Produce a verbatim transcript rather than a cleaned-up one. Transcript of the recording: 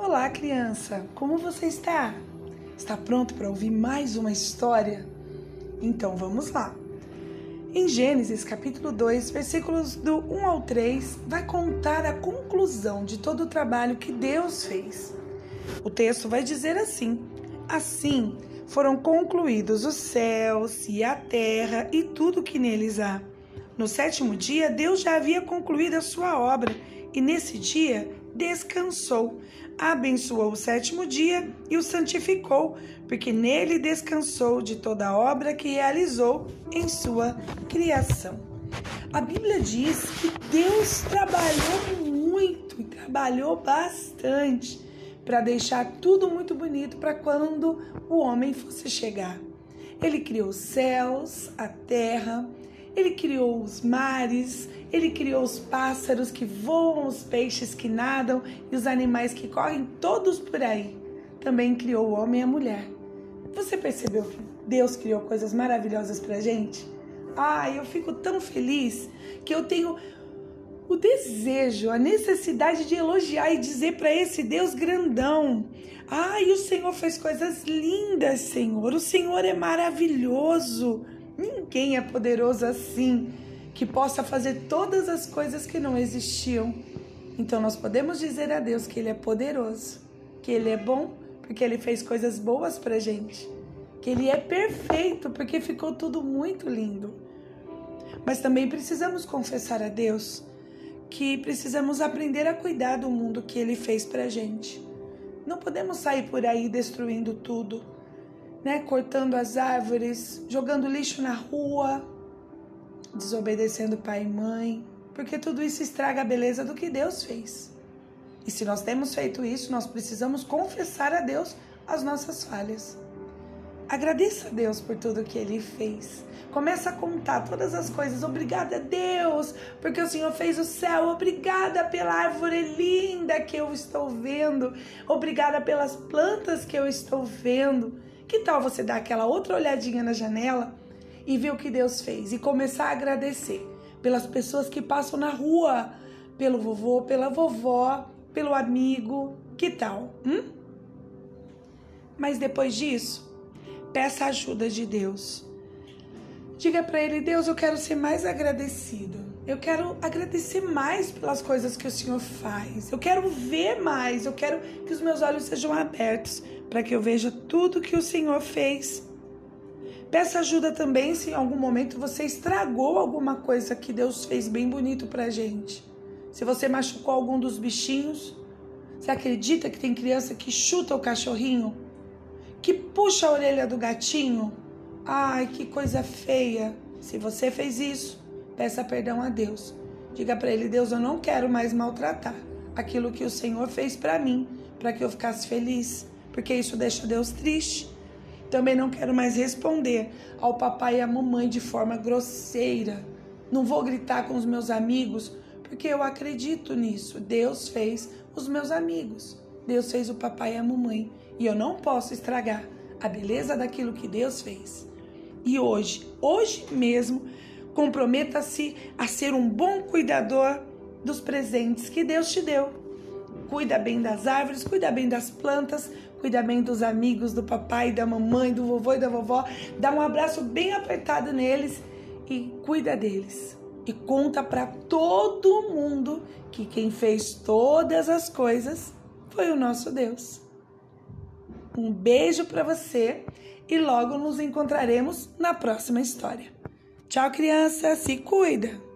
Olá, criança! Como você está? Está pronto para ouvir mais uma história? Então vamos lá! Em Gênesis capítulo dois, versículos do um ao três, vai contar a conclusão de todo o trabalho que Deus fez. O texto vai dizer assim: Assim foram concluídos os céus e a terra e tudo que neles há. No sétimo dia, Deus já havia concluído a sua obra e nesse dia descansou. Abençoou o sétimo dia e o santificou, porque nele descansou de toda a obra que realizou em sua criação. A Bíblia diz que Deus trabalhou muito e trabalhou bastante para deixar tudo muito bonito para quando o homem fosse chegar. Ele criou os céus, a terra, ele criou os mares, ele criou os pássaros que voam, os peixes que nadam e os animais que correm, todos por aí. Também criou o homem e a mulher. Você percebeu que Deus criou coisas maravilhosas pra gente? Ah, eu fico tão feliz que eu tenho o desejo, a necessidade de elogiar e dizer para esse Deus grandão: ai, o Senhor fez coisas lindas, Senhor. O Senhor é maravilhoso. Ninguém é poderoso assim, que possa fazer todas as coisas que não existiam. Então nós podemos dizer a Deus que Ele é poderoso, que Ele é bom, porque Ele fez coisas boas pra gente, que Ele é perfeito, porque ficou tudo muito lindo. Mas também precisamos confessar a Deus que precisamos aprender a cuidar do mundo que Ele fez pra gente. Não podemos sair por aí destruindo tudo, né? Cortando as árvores, jogando lixo na rua, desobedecendo pai e mãe, porque tudo isso estraga a beleza do que Deus fez. E se nós temos feito isso, nós precisamos confessar a Deus as nossas falhas. Agradeça a Deus por tudo que Ele fez. Começa a contar todas as coisas. Obrigada, Deus, porque o Senhor fez o céu. Obrigada pela árvore linda que eu estou vendo. Obrigada pelas plantas que eu estou vendo. Que tal você dar aquela outra olhadinha na janela e ver o que Deus fez e começar a agradecer pelas pessoas que passam na rua, pelo vovô, pela vovó, pelo amigo? Que tal? Hum? Mas depois disso, peça a ajuda de Deus. Diga para Ele: Deus, eu quero ser mais agradecido. Eu quero agradecer mais pelas coisas que o Senhor faz. Eu quero ver mais. Eu quero que os meus olhos sejam abertos para que eu veja tudo que o Senhor fez. Peça ajuda também se em algum momento você estragou alguma coisa que Deus fez bem bonito pra gente. Se você machucou algum dos bichinhos, você acredita que tem criança que chuta o cachorrinho? Que puxa a orelha do gatinho? Ai, que coisa feia. Se você fez isso, peça perdão a Deus. Diga para Ele: Deus, eu não quero mais maltratar aquilo que o Senhor fez para mim, para que eu ficasse feliz, porque isso deixa Deus triste. Também não quero mais responder ao papai e à mamãe de forma grosseira. Não vou gritar com os meus amigos, porque eu acredito nisso. Deus fez os meus amigos. Deus fez o papai e a mamãe. E eu não posso estragar a beleza daquilo que Deus fez. E hoje, hoje mesmo, comprometa-se a ser um bom cuidador dos presentes que Deus te deu. Cuida bem das árvores, cuida bem das plantas, cuida bem dos amigos, do papai, da mamãe, do vovô e da vovó. Dá um abraço bem apertado neles e cuida deles. E conta para todo mundo que quem fez todas as coisas foi o nosso Deus. Um beijo para você e logo nos encontraremos na próxima história. Tchau, criança, se cuida!